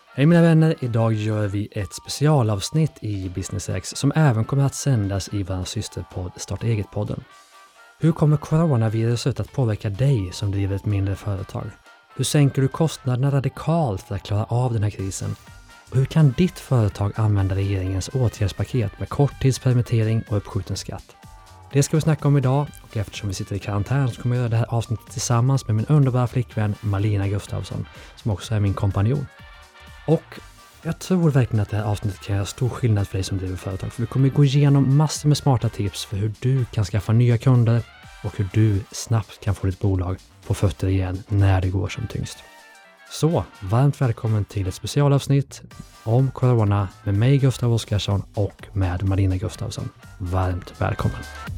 Hej mina vänner, idag gör vi ett specialavsnitt i Business X som även kommer att sändas i vår systerpodd Starta Eget-podden. Hur kommer coronaviruset att påverka dig som driver ett mindre företag? Hur sänker du kostnaderna radikalt för att klara av den här krisen? Och hur kan ditt företag använda regeringens åtgärdspaket med korttidspermittering och uppskjuten skatt? Det ska vi snacka om idag, och eftersom vi sitter i karantän så kommer jag göra det här avsnittet tillsammans med min underbara flickvän Malina Gustafsson, som också är min kompanjon. Och jag tror verkligen att det här avsnittet kan göra stor skillnad för dig som driver företag. För vi kommer gå igenom massor med smarta tips för hur du kan skaffa nya kunder och hur du snabbt kan få ditt bolag på fötter igen när det går som tyngst. Så, varmt välkommen till ett specialavsnitt om corona med mig Gustav Oskarsson och med Malina Gustafsson. Varmt välkommen!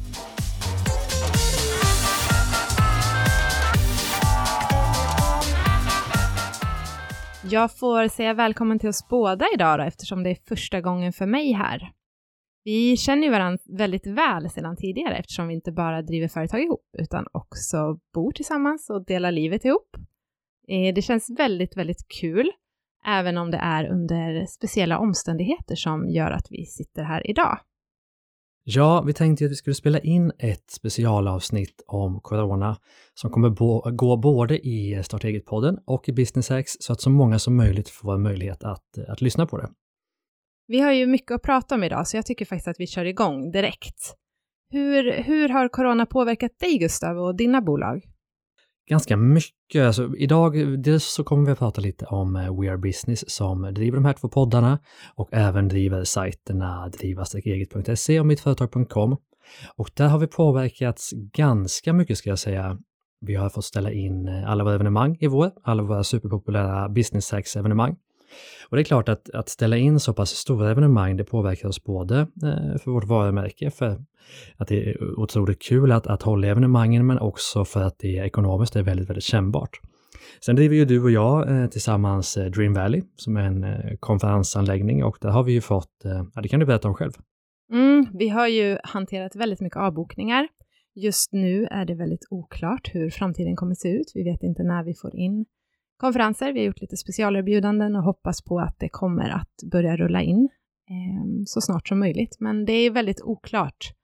Jag får säga välkommen till oss båda idag då, eftersom det är första gången för mig här. Vi känner ju varandra väldigt väl sedan tidigare eftersom vi inte bara driver företag ihop utan också bor tillsammans och delar livet ihop. Det känns väldigt, väldigt kul, även om det är under speciella omständigheter som gör att vi sitter här idag. Ja, vi tänkte att vi skulle spela in ett specialavsnitt om corona som kommer gå både i Starta Eget-podden och i Business X så att så många som möjligt får möjlighet att lyssna på det. Vi har ju mycket att prata om idag så jag tycker faktiskt att vi kör igång direkt. Hur har corona påverkat dig, Gustav, och dina bolag? Ganska mycket. Alltså, idag dels så kommer vi att prata lite om We Are Business som driver de här två poddarna och även driver sajterna driva-eget.se och mittföretag.com. Och där har vi påverkats ganska mycket, ska jag säga. Vi har fått ställa in alla våra evenemang i vår, alla våra superpopulära Business X-evenemang. Och det är klart att ställa in så pass stora evenemang, det påverkar oss både för vårt varumärke, för att det är otroligt kul att hålla evenemangen, men också för att det ekonomiskt är väldigt, väldigt kännbart. Sen driver ju du och jag tillsammans Dream Valley som är en konferensanläggning, och där har vi ju fått, det kan du berätta om själv. Vi har ju hanterat väldigt mycket avbokningar. Just nu är det väldigt oklart hur framtiden kommer se ut. Vi vet inte när vi får in konferenser. Vi har gjort lite specialerbjudanden och hoppas på att det kommer att börja rulla in så snart som möjligt. Men det är väldigt oklart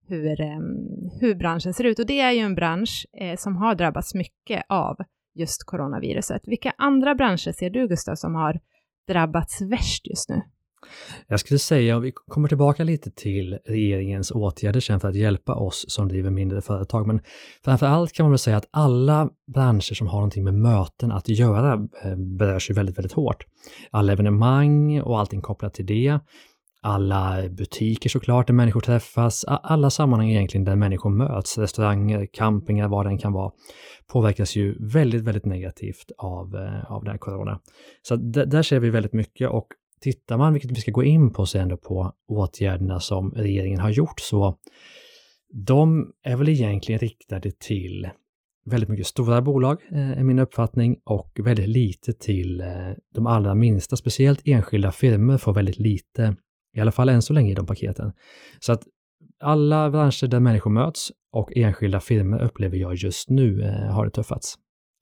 hur branschen ser ut. Och det är ju en bransch som har drabbats mycket av just coronaviruset. Vilka andra branscher ser du, Gustav, som har drabbats värst just nu? Jag skulle säga, och vi kommer tillbaka lite till regeringens åtgärder sen för att hjälpa oss som driver mindre företag. Men framförallt kan man väl säga att alla branscher som har någonting med möten att göra berörs ju väldigt, väldigt hårt. Alla evenemang och allting kopplat till det. Alla butiker såklart där människor träffas. Alla sammanhang egentligen där människor möts. Restauranger, campingar, vad den kan vara. Påverkas ju väldigt, väldigt negativt av den här corona. Så där ser vi väldigt mycket, och tittar man, vilket vi ska gå in på sen då, på åtgärderna som regeringen har gjort, så de är väl egentligen riktade till väldigt mycket stora bolag, är min uppfattning, och väldigt lite till de allra minsta. Speciellt enskilda firmor får väldigt lite, i alla fall än så länge, i de paketen. Så att alla branscher där människor möts och enskilda firmor upplever jag just nu har det tuffast.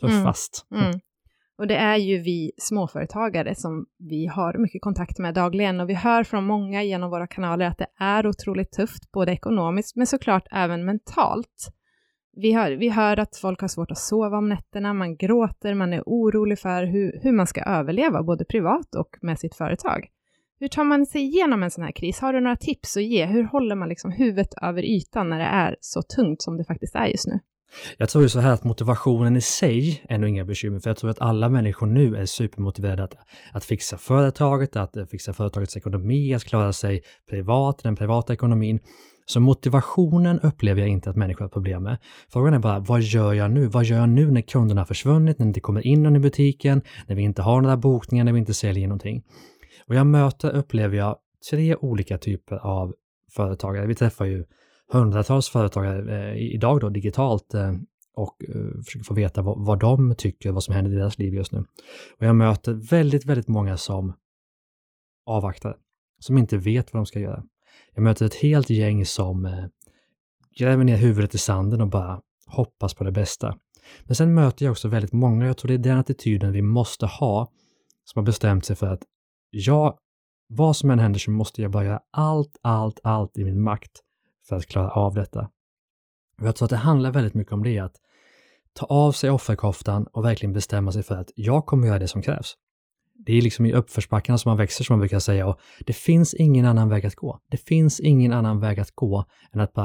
Och det är ju vi småföretagare som vi har mycket kontakt med dagligen, och vi hör från många genom våra kanaler att det är otroligt tufft, både ekonomiskt men såklart även mentalt. Vi hör att folk har svårt att sova om nätterna, man gråter, man är orolig för hur man ska överleva både privat och med sitt företag. Hur tar man sig igenom en sån här kris? Har du några tips att ge? Hur håller man liksom huvudet över ytan när det är så tungt som det faktiskt är just nu? Jag tror ju så här att motivationen i sig är nog inga bekymmer, för jag tror att alla människor nu är supermotiverade att fixa företaget, att fixa företagets ekonomi, att klara sig privat, den privata ekonomin. Så motivationen upplever jag inte att människor har problem med. Frågan är bara, vad gör jag nu? Vad gör jag nu när kunderna har försvunnit, när det inte kommer in någon i butiken, när vi inte har några bokningar, när vi inte säljer någonting? Och upplever jag 3 olika typer av företagare. Vi träffar ju hundratals företagare idag då digitalt och försöker få veta vad de tycker, vad som händer i deras liv just nu. Och jag möter väldigt, väldigt många som avvaktar, som inte vet vad de ska göra. Jag möter ett helt gäng som gräver ner huvudet i sanden och bara hoppas på det bästa. Men sen möter jag också väldigt många, jag tror det är den attityden vi måste ha som har bestämt sig för att vad som än händer så måste jag bara göra allt i min makt för att klara av detta. Och jag tror att det handlar väldigt mycket om det, att ta av sig offerkoftan och verkligen bestämma sig för att jag kommer göra det som krävs. Det är liksom i uppförsbackarna som man växer, som man brukar säga, och det finns ingen annan väg att gå. Det finns ingen annan väg att gå än att bara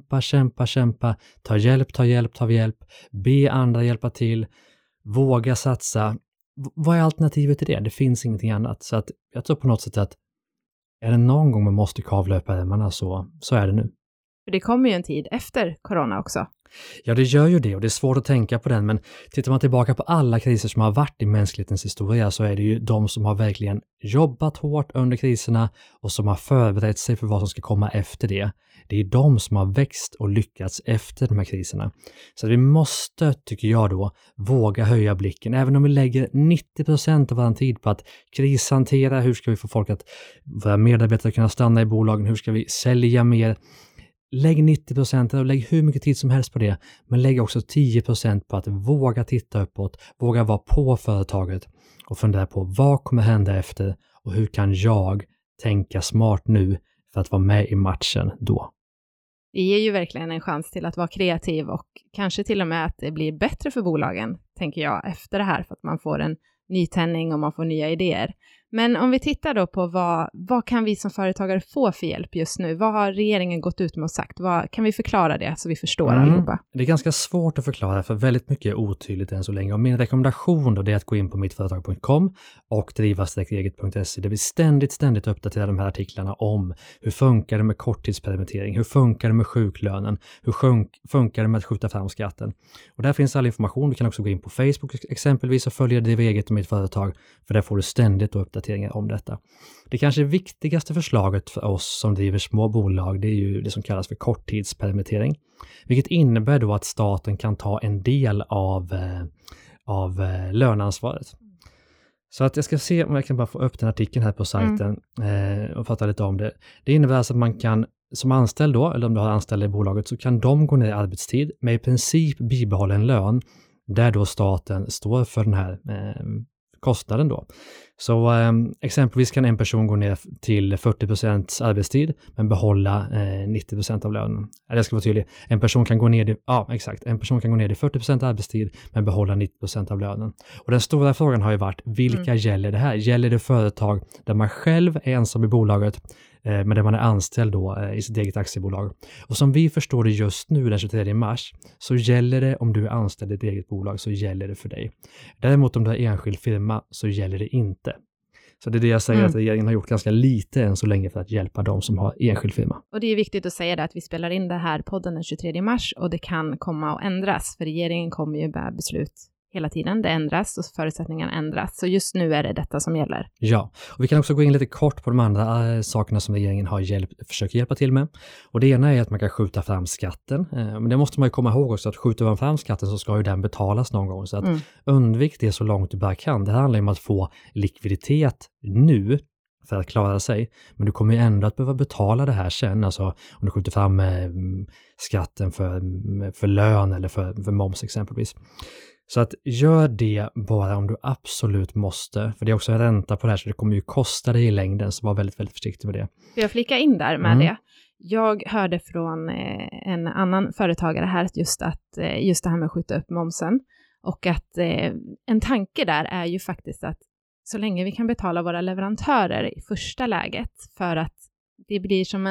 kämpa, ta hjälp, be andra hjälpa till, våga satsa. Vad är alternativet till det? Det finns ingenting annat. Så att jag tror på något sätt att är det någon gång man måste kavla upp ärmarna så är det nu. För det kommer ju en tid efter corona också. Ja, det gör ju det och det är svårt att tänka på den, men tittar man tillbaka på alla kriser som har varit i mänsklighetens historia så är det ju de som har verkligen jobbat hårt under kriserna och som har förberett sig för vad som ska komma efter det. Det är de som har växt och lyckats efter de här kriserna. Så vi måste, tycker jag då, våga höja blicken. Även om vi lägger 90% av vår tid på att krishantera, hur ska vi få folk att våra medarbetare kunna stanna i bolagen, hur ska vi sälja mer. Lägg 90% och lägg hur mycket tid som helst på det, men lägg också 10% på att våga titta uppåt, våga vara på företaget och fundera på vad kommer hända efter och hur kan jag tänka smart nu för att vara med i matchen då. Det ger ju verkligen en chans till att vara kreativ och kanske till och med att det blir bättre för bolagen, tänker jag, efter det här, för att man får en nytändning och man får nya idéer. Men om vi tittar då på vad kan vi som företagare få för hjälp just nu? Vad har regeringen gått ut med och sagt? Kan vi förklara det så vi förstår allihopa? Det är ganska svårt att förklara för väldigt mycket är otydligt än så länge. Och min rekommendation då är att gå in på mittföretag.com och driva-eget.se där vi ständigt uppdaterar de här artiklarna om hur funkar det med korttidspermittering, hur funkar det med sjuklönen, hur funkar det med att skjuta fram skatten. Och där finns all information. Du kan också gå in på Facebook exempelvis och följa Driva Eget och Mitt Företag, för där får du ständigt uppdateringar om detta. Det kanske viktigaste förslaget för oss som driver små bolag, det är ju det som kallas för korttidspermittering. Vilket innebär då att staten kan ta en del av löneansvaret. Så att jag ska se om jag kan bara få upp den artikeln här på sajten och prata lite om det. Det innebär alltså att man kan som anställd då, eller om du har anställda i bolaget, så kan de gå ner i arbetstid med i princip bibehållen lön där då staten står för den här kostnaden då. Så exempelvis kan en person gå ner till 40% arbetstid men behålla 90% av lönen. Eller jag ska vara tydlig. En person kan gå ner till 40% arbetstid men behålla 90% av lönen. Och den stora frågan har ju varit, vilka gäller det här? Gäller det företag där man själv är ensam i bolaget men där man är anställd då i sitt eget aktiebolag? Och som vi förstår det just nu den 23 mars så gäller det, om du är anställd i ett eget bolag så gäller det för dig. Däremot om du är enskild firma så gäller det inte. Så det är det jag säger, att regeringen har gjort ganska lite än så länge för att hjälpa de som har enskild firma. Och det är viktigt att säga det att vi spelar in det här podden den 23 mars och det kan komma att ändras, för regeringen kommer ju med beslut hela tiden. Det ändras och förutsättningarna ändras. Så just nu är det detta som gäller. Ja, och vi kan också gå in lite kort på de andra sakerna som regeringen har försökt hjälpa till med. Och det ena är att man kan skjuta fram skatten. Men det måste man ju komma ihåg också, att skjuter man fram skatten så ska ju den betalas någon gång. Så att undvik det så långt du bara kan. Det handlar om att få likviditet nu för att klara sig. Men du kommer ju ändå att behöva betala det här sen. Alltså om du skjuter fram skatten för lön eller för moms exempelvis. Så att gör det bara om du absolut måste. För det är också en ränta på det här så det kommer ju kosta dig i längden. Så var väldigt, väldigt försiktig med det. Jag flikar in där med det. Jag hörde från en annan företagare här just det här med att skjuta upp momsen. Och att en tanke där är ju faktiskt att så länge vi kan betala våra leverantörer i första läget, för att det blir som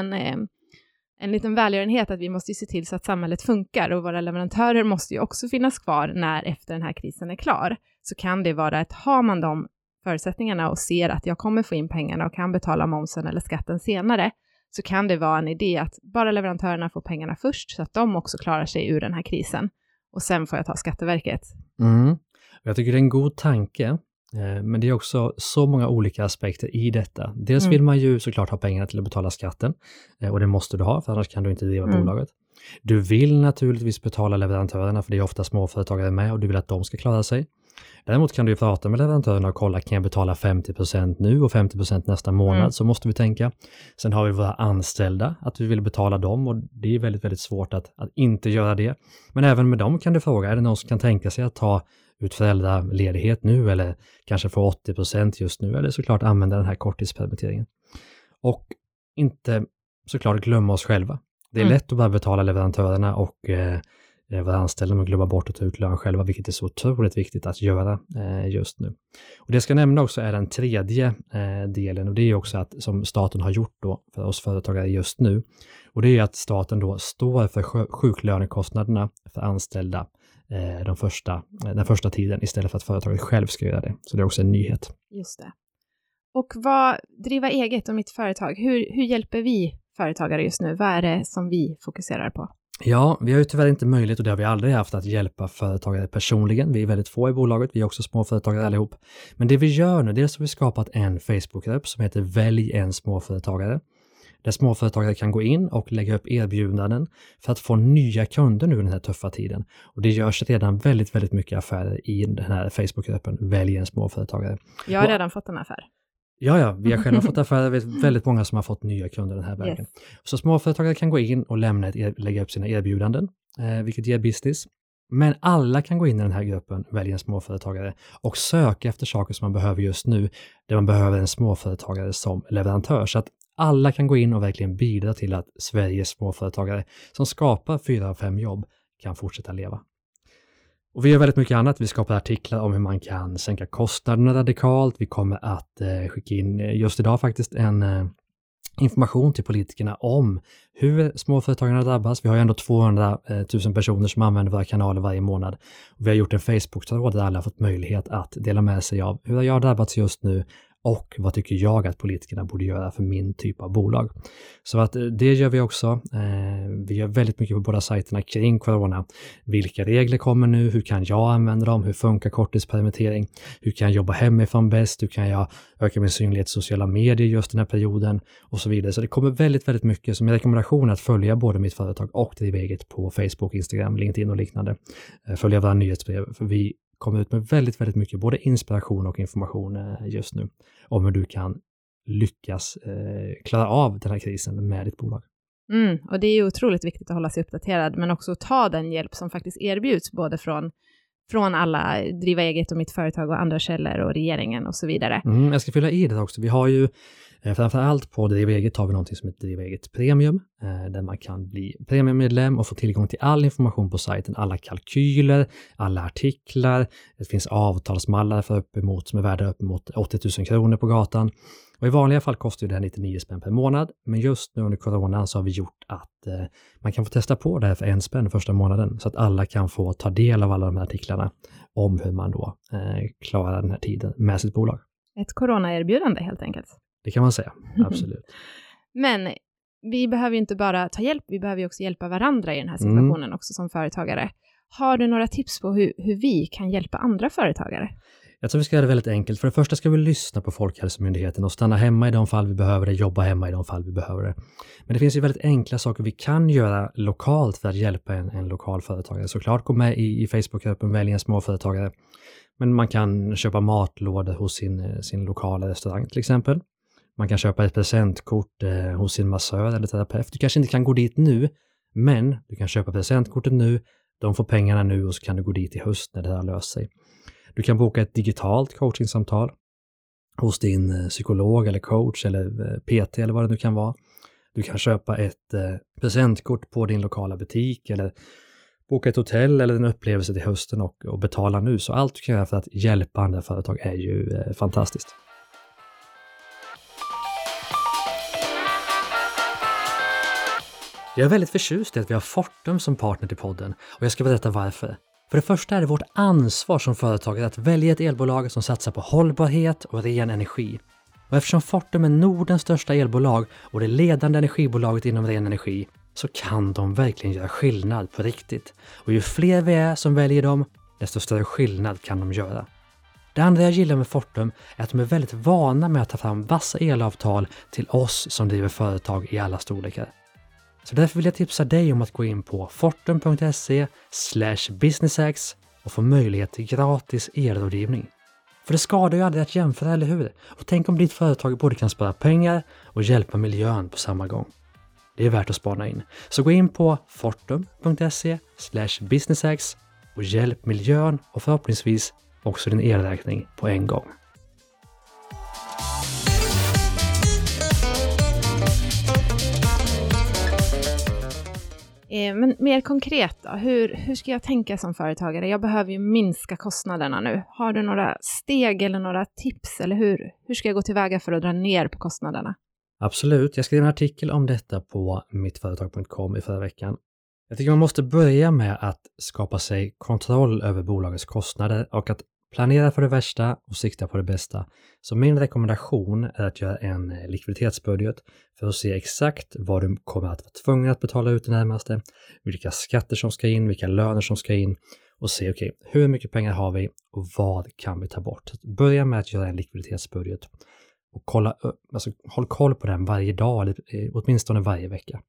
en liten välgörenhet att vi måste se till så att samhället funkar och våra leverantörer måste ju också finnas kvar när efter den här krisen är klar. Så kan det vara att har man de förutsättningarna och ser att jag kommer få in pengarna och kan betala momsen eller skatten senare, så kan det vara en idé att bara leverantörerna får pengarna först så att de också klarar sig ur den här krisen. Och sen får jag ta Skatteverket. Jag tycker det är en god tanke. Men det är också så många olika aspekter i detta. Dels vill man ju såklart ha pengarna till att betala skatten. Och det måste du ha, för annars kan du inte driva bolaget. Du vill naturligtvis betala leverantörerna, för det är ofta småföretagare med och du vill att de ska klara sig. Däremot kan du ju prata med leverantörerna och kolla, kan jag betala 50% nu och 50% nästa månad? Så måste vi tänka. Sen har vi våra anställda, att vi vill betala dem, och det är väldigt, väldigt svårt att inte göra det. Men även med dem kan du fråga, är det någon som kan tänka sig att ta ut föräldraledighet nu eller kanske få 80% just nu eller såklart använda den här korttidspermitteringen. Och inte såklart glömma oss själva. Det är lätt att bara betala leverantörerna och vara anställda och glömma bort att ta ut lön själva, vilket är så otroligt viktigt att göra just nu. Och det jag ska nämna också är den tredje delen, och det är också att som staten har gjort då för oss företagare just nu. Och det är att staten då står för sjuklönekostnaderna för anställda den första tiden istället för att företaget själv ska göra det. Så det är också en nyhet. Just det. Och driva eget och mitt företag, hur hjälper vi företagare just nu? Vad är det som vi fokuserar på? Ja, vi har ju tyvärr inte möjlighet, och det har vi aldrig haft, att hjälpa företagare personligen. Vi är väldigt få i bolaget, vi är också småföretagare allihop. Men det vi gör nu, det är att vi har skapat en Facebookgrupp som heter Välj en småföretagare. Där småföretagare kan gå in och lägga upp erbjudanden för att få nya kunder nu i den här tuffa tiden. Och det görs redan väldigt, väldigt mycket affärer i den här Facebookgruppen Välj en småföretagare. Jag har redan fått en affär. Ja, vi har själva fått affärer. Vi vet väldigt många som har fått nya kunder den här vägen. Yes. Så småföretagare kan gå in och lägga upp sina erbjudanden, vilket ger business. Men alla kan gå in i den här gruppen, välja en småföretagare och söka efter saker som man behöver just nu, där man behöver en småföretagare som leverantör. Så att alla kan gå in och verkligen bidra till att Sveriges småföretagare som skapar 4 av 5 jobb kan fortsätta leva. Och vi gör väldigt mycket annat. Vi skapar artiklar om hur man kan sänka kostnaderna radikalt. Vi kommer att skicka in just idag faktiskt en information till politikerna om hur småföretagarna drabbas. Vi har ju ändå 200 000 personer som använder våra kanaler varje månad. Och vi har gjort en Facebook-tråd där alla har fått möjlighet att dela med sig av hur jag har drabbats just nu och vad tycker jag att politikerna borde göra för min typ av bolag. Så att det gör vi också. Vi gör väldigt mycket på båda sajterna kring corona. Vilka regler kommer nu? Hur kan jag använda dem? Hur funkar korttidspermittering? Hur kan jag jobba hemifrån bäst? Hur kan jag öka min synlighet i sociala medier just den här perioden? Och så vidare. Så det kommer väldigt, väldigt mycket som en rekommendation att följa både mitt företag och driva eget på Facebook, Instagram, LinkedIn och liknande. Följa våra nyhetsbrev, för vi kommer ut med väldigt, väldigt mycket både inspiration och information just nu om hur du kan lyckas klara av den här krisen med ditt bolag. Och det är ju otroligt viktigt att hålla sig uppdaterad, men också ta den hjälp som faktiskt erbjuds både från alla driva eget och mitt företag och andra källor och regeringen och så vidare. Jag ska fylla i det också. Vi har ju framförallt på driva eget har vi någonting som heter driva eget premium, där man kan bli premiummedlem och få tillgång till all information på sajten, alla kalkyler, alla artiklar. Det finns avtalsmallar för som är värda uppemot 80 000 kronor på gatan. Och i vanliga fall kostar det här 99 spänn per månad, men just nu under corona så har vi gjort att man kan få testa på det här för 1 spänn första månaden, så att alla kan få ta del av alla de här artiklarna om hur man då klarar den här tiden med sitt bolag. Ett corona-erbjudande helt enkelt. Det kan man säga, absolut. Men vi behöver ju inte bara ta hjälp, vi behöver ju också hjälpa varandra i den här situationen också som företagare. Har du några tips på hur vi kan hjälpa andra företagare? Jag tror vi ska göra det väldigt enkelt. För det första ska vi lyssna på Folkhälsomyndigheten och stanna hemma i de fall vi behöver det, jobba hemma i de fall vi behöver det. Men det finns ju väldigt enkla saker vi kan göra lokalt för att hjälpa en lokal företagare. Såklart gå med i Facebookgruppen, välja en småföretagare. Men man kan köpa matlådor hos sin lokala restaurang till exempel. Man kan köpa ett presentkort hos sin massör eller terapeut. Du kanske inte kan gå dit nu, men du kan köpa presentkortet nu. De får pengarna nu och så kan du gå dit i höst när det här löser sig. Du kan boka ett digitalt coachingsamtal hos din psykolog eller coach eller PT eller vad det nu kan vara. Du kan köpa ett presentkort på din lokala butik eller boka ett hotell eller en upplevelse till hösten och betala nu. Så allt du kan göra för att hjälpa andra företag är ju fantastiskt. Jag är väldigt förtjust i att vi har Fortum som partner till podden och jag ska berätta varför. För det första är det vårt ansvar som företagare att välja ett elbolag som satsar på hållbarhet och ren energi. Och eftersom Fortum är Nordens största elbolag och det ledande energibolaget inom ren energi så kan de verkligen göra skillnad på riktigt. Och ju fler vi är som väljer dem, desto större skillnad kan de göra. Det andra jag gillar med Fortum är att de är väldigt vana med att ta fram vassa elavtal till oss som driver företag i alla storlekar. Så därför vill jag tipsa dig om att gå in på fortum.se/businessx och få möjlighet till gratis elrådgivning. För det skadar ju aldrig att jämföra, eller hur? Och tänk om ditt företag både kan spara pengar och hjälpa miljön på samma gång. Det är värt att spana in. Så gå in på fortum.se/businessx och hjälp miljön och förhoppningsvis också din elräkning på en gång. Men mer konkret då, hur ska jag tänka som företagare? Jag behöver ju minska kostnaderna nu. Har du några steg eller några tips? Eller hur ska jag gå tillväga för att dra ner på kostnaderna? Absolut, jag skrev en artikel om detta på mittföretag.com i förra veckan. Jag tycker man måste börja med att skapa sig kontroll över bolagets kostnader och att planera för det värsta och sikta på det bästa. Så min rekommendation är att göra en likviditetsbudget för att se exakt vad du kommer att vara tvungen att betala ut det närmaste, vilka skatter som ska in, vilka löner som ska in och se hur mycket pengar har vi och vad kan vi ta bort. Börja med att göra en likviditetsbudget och håll koll på den varje dag eller åtminstone varje vecka.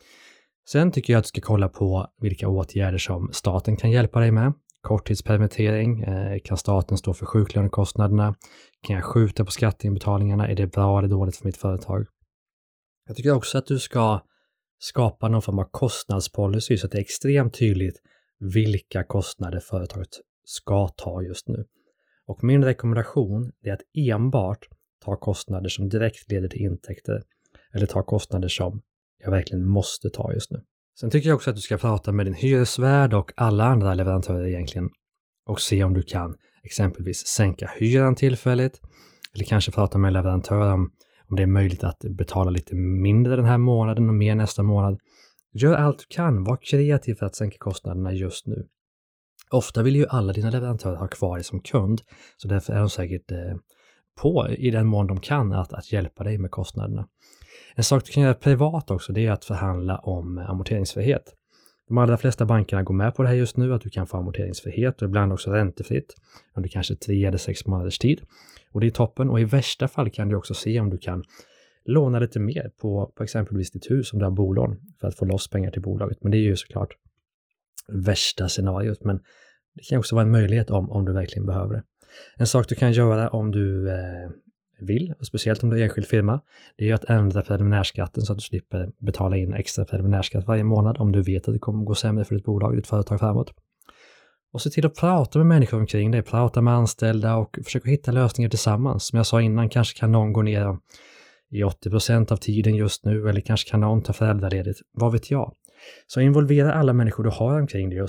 Sen tycker jag att du ska kolla på vilka åtgärder som staten kan hjälpa dig med. Korttidspermittering, kan staten stå för sjuklönekostnaderna? Kan jag skjuta på skatteinbetalningarna? Är det bra eller dåligt för mitt företag? Jag tycker också att du ska skapa någon form av kostnadspolicy så att det är extremt tydligt vilka kostnader företaget ska ta just nu. Och min rekommendation är att enbart ta kostnader som direkt leder till intäkter eller ta kostnader som jag verkligen måste ta just nu. Sen tycker jag också att du ska prata med din hyresvärd och alla andra leverantörer egentligen och se om du kan exempelvis sänka hyran tillfälligt eller kanske prata med en leverantör om det är möjligt att betala lite mindre den här månaden och mer nästa månad. Gör allt du kan, var kreativ för att sänka kostnaderna just nu. Ofta vill ju alla dina leverantörer ha kvar dig som kund, så därför är de säkert på i den mån de kan att hjälpa dig med kostnaderna. En sak du kan göra privat också, det är att förhandla om amorteringsfrihet. De allra flesta bankerna går med på det här just nu, att du kan få amorteringsfrihet och ibland också räntefritt under kanske 3 eller 6 månaders tid. Och det är toppen, och i värsta fall kan du också se om du kan låna lite mer på exempelvis ditt hus om du har bolån för att få loss pengar till bolaget. Men det är ju såklart värsta scenariot, men det kan också vara en möjlighet om du verkligen behöver det. En sak du kan göra om du vill, och speciellt om du är enskild firma, det är att ändra preliminärskatten så att du slipper betala in extra preliminärskatt varje månad om du vet att det kommer gå sämre för ditt bolag, ditt företag framåt. Och se till att prata med människor omkring dig, prata med anställda och försöka hitta lösningar tillsammans. Som jag sa innan, kanske kan någon gå ner i 80% av tiden just nu, eller kanske kan någon ta föräldraledigt, vad vet jag. Så involvera alla människor du har omkring dig och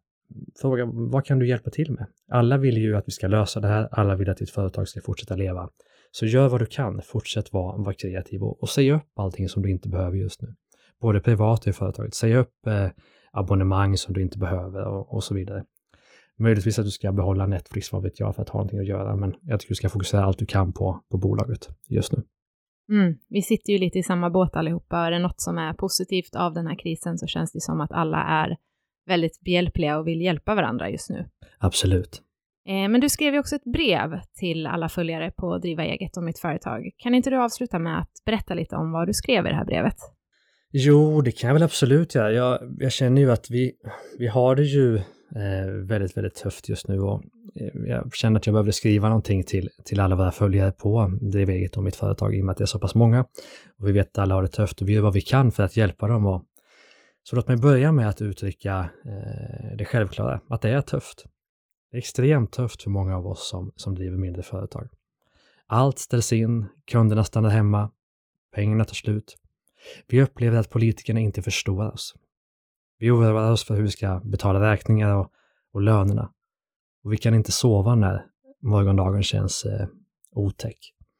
fråga vad kan du hjälpa till med. Alla vill ju att vi ska lösa det här, alla vill att ditt företag ska fortsätta leva. Så gör vad du kan, fortsätt vara kreativ och säg upp allting som du inte behöver just nu. Både privat och i företaget. Säg upp abonnemang som du inte behöver och så vidare. Möjligtvis att du ska behålla Netflix, vad vet jag, för att ha någonting att göra. Men jag tycker du ska fokusera allt du kan på bolaget just nu. Vi sitter ju lite i samma båt allihopa. Är det något som är positivt av den här krisen så känns det som att alla är väldigt behjälpliga och vill hjälpa varandra just nu. Absolut. Men du skrev ju också ett brev till alla följare på Driva eget och mitt företag. Kan inte du avsluta med att berätta lite om vad du skrev i det här brevet? Jo, det kan jag väl absolut göra. Jag känner ju att vi har det ju väldigt, väldigt tufft just nu och jag känner att jag behöver skriva någonting till alla våra följare på Driva eget och mitt företag i och med att det är så pass många. Och vi vet att alla har det tufft och vi gör vad vi kan för att hjälpa dem. Så låt mig börja med att uttrycka det självklara, att det är tufft. Det är extremt tufft för många av oss som driver mindre företag. Allt ställs in, kunderna stannar hemma, pengarna tar slut. Vi upplever att politikerna inte förstår oss. Vi oroar oss för hur vi ska betala räkningar och lönerna. Och vi kan inte sova när morgondagen känns otäck.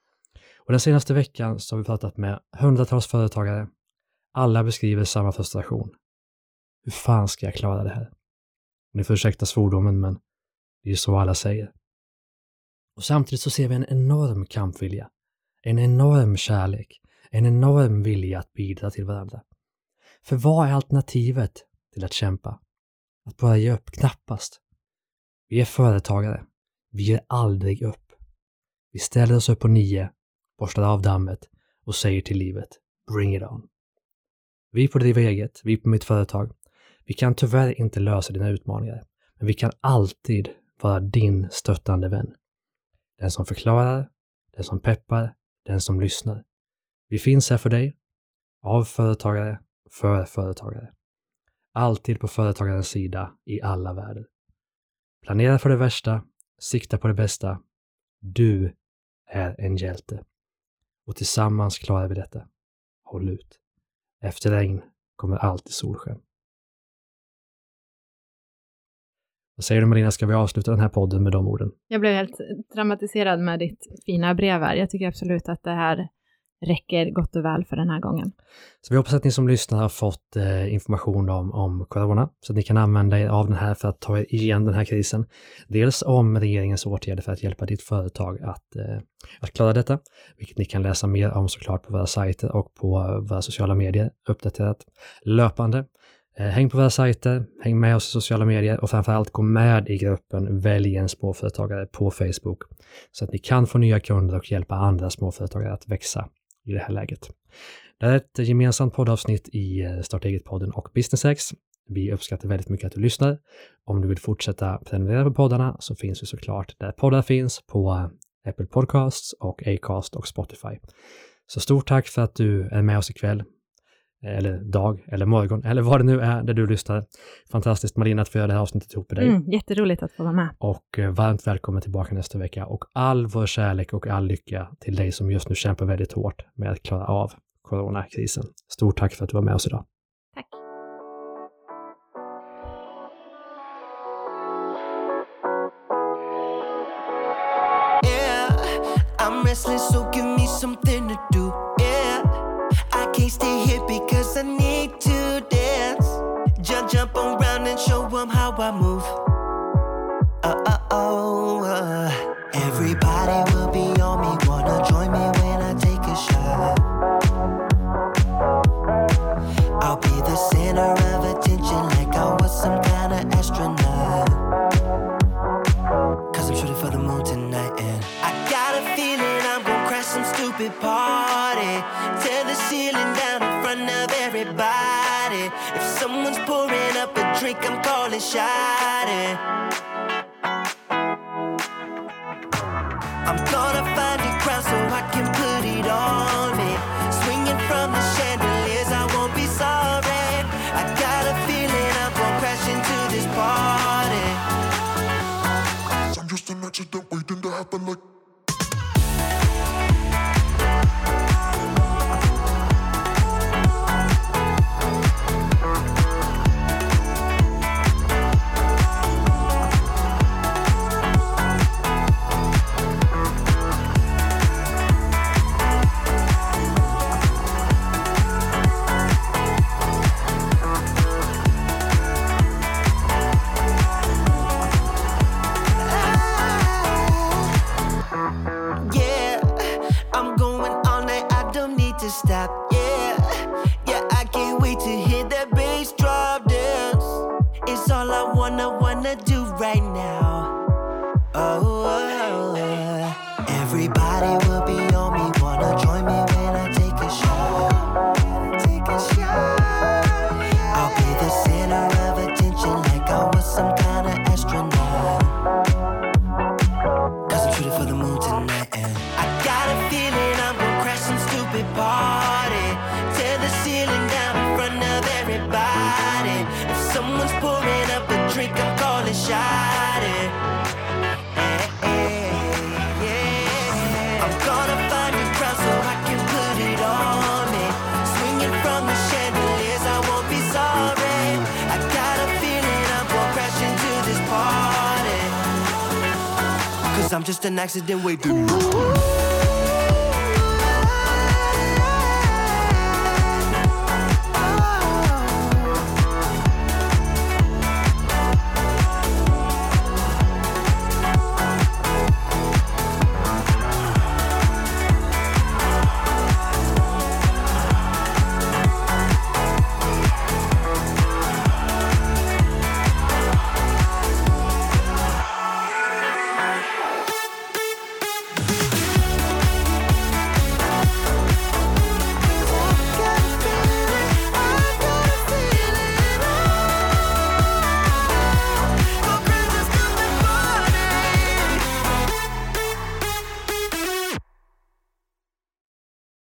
Och den senaste veckan så har vi pratat med hundratals företagare. Alla beskriver samma frustration. Hur fan ska jag klara det här? Ni får ursäkta svordomen, men det är så alla säger. Och samtidigt så ser vi en enorm kampvilja, en enorm kärlek, en enorm vilja att bidra till varandra. För vad är alternativet till att kämpa? Att bara ge upp? Knappast. Vi är företagare. Vi ger aldrig upp. Vi ställer oss upp på 9, borstar av dammet och säger till livet, bring it on. Vi på Driva eget, vi på mitt företag, vi kan tyvärr inte lösa dina utmaningar, men vi kan alltid vara din stöttande vän. Den som förklarar, den som peppar, den som lyssnar. Vi finns här för dig, av företagare, för företagare. Alltid på företagarens sida i alla världar. Planera för det värsta, sikta på det bästa. Du är en hjälte. Och tillsammans klarar vi detta. Håll ut. Efter regn kommer alltid solsken. Vad säger du, Marina, ska vi avsluta den här podden med de orden? Jag blev helt dramatiserad med ditt fina brev här. Jag tycker absolut att det här räcker gott och väl för den här gången. Så vi hoppas att ni som lyssnar har fått information om corona, så att ni kan använda er av den här för att ta er igen den här krisen. Dels om regeringens åtgärder för att hjälpa ditt företag att klara detta, vilket ni kan läsa mer om såklart på våra sajter och på våra sociala medier uppdaterat löpande. Häng på våra sajter, häng med oss i sociala medier och framförallt gå med i gruppen Välj en småföretagare på Facebook så att ni kan få nya kunder och hjälpa andra småföretagare att växa i det här läget. Det är ett gemensamt poddavsnitt i Starta eget-podden och BusinessX. Vi uppskattar väldigt mycket att du lyssnar. Om du vill fortsätta prenumerera på poddarna så finns vi såklart där poddar finns på Apple Podcasts och Acast och Spotify. Så stort tack för att du är med oss ikväll. Eller dag, eller morgon, eller vad det nu är där du lyssnar. Fantastiskt, Marina, att få göra det här avsnittet ihop med dig. Jätteroligt att få vara med. Och varmt välkommen tillbaka nästa vecka. Och all vår kärlek och all lycka till dig som just nu kämpar väldigt hårt med att klara av coronakrisen. Stort tack för att du var med oss idag. Tack. Yeah, I'm restless, so give me something to do. I can't stay here because I need to dance. Jump around and show them how I move. Everybody will be on me, wanna join me when I take a shot. I'll be the center of attention like I was some kind of astronaut. Cause I'm shooting for the moon tonight and I got a feeling I'm gonna crash some stupid party. Tear the ceiling down in front of everybody. If someone's pouring up a drink, I'm calling shawty. I'm gonna find a crown so I can put it on me. Swinging from the chandeliers, I won't be sorry. I got a feeling I'm gonna crash into this party. I'm just an accident waiting to happen like. Stop, yeah, I can't wait to hear that bass drop dance. It's all I wanna do right now. Everybody will be on me, wanna join me when I take a shot. I'll be the center of attention like I was some kind of astronaut. Cause I'm shooting for the moon tonight and I got a feeling I'm gonna crash some stupid party. Tear the ceiling down in front of everybody. If someone's pouring up a drink, I'm calling shawty. I'm gonna find a crowd so I can put it on me. Swinging from the chandeliers, I won't be sorry. I got a feeling I'm gonna crash into this party. Cause I'm just an accident waiting.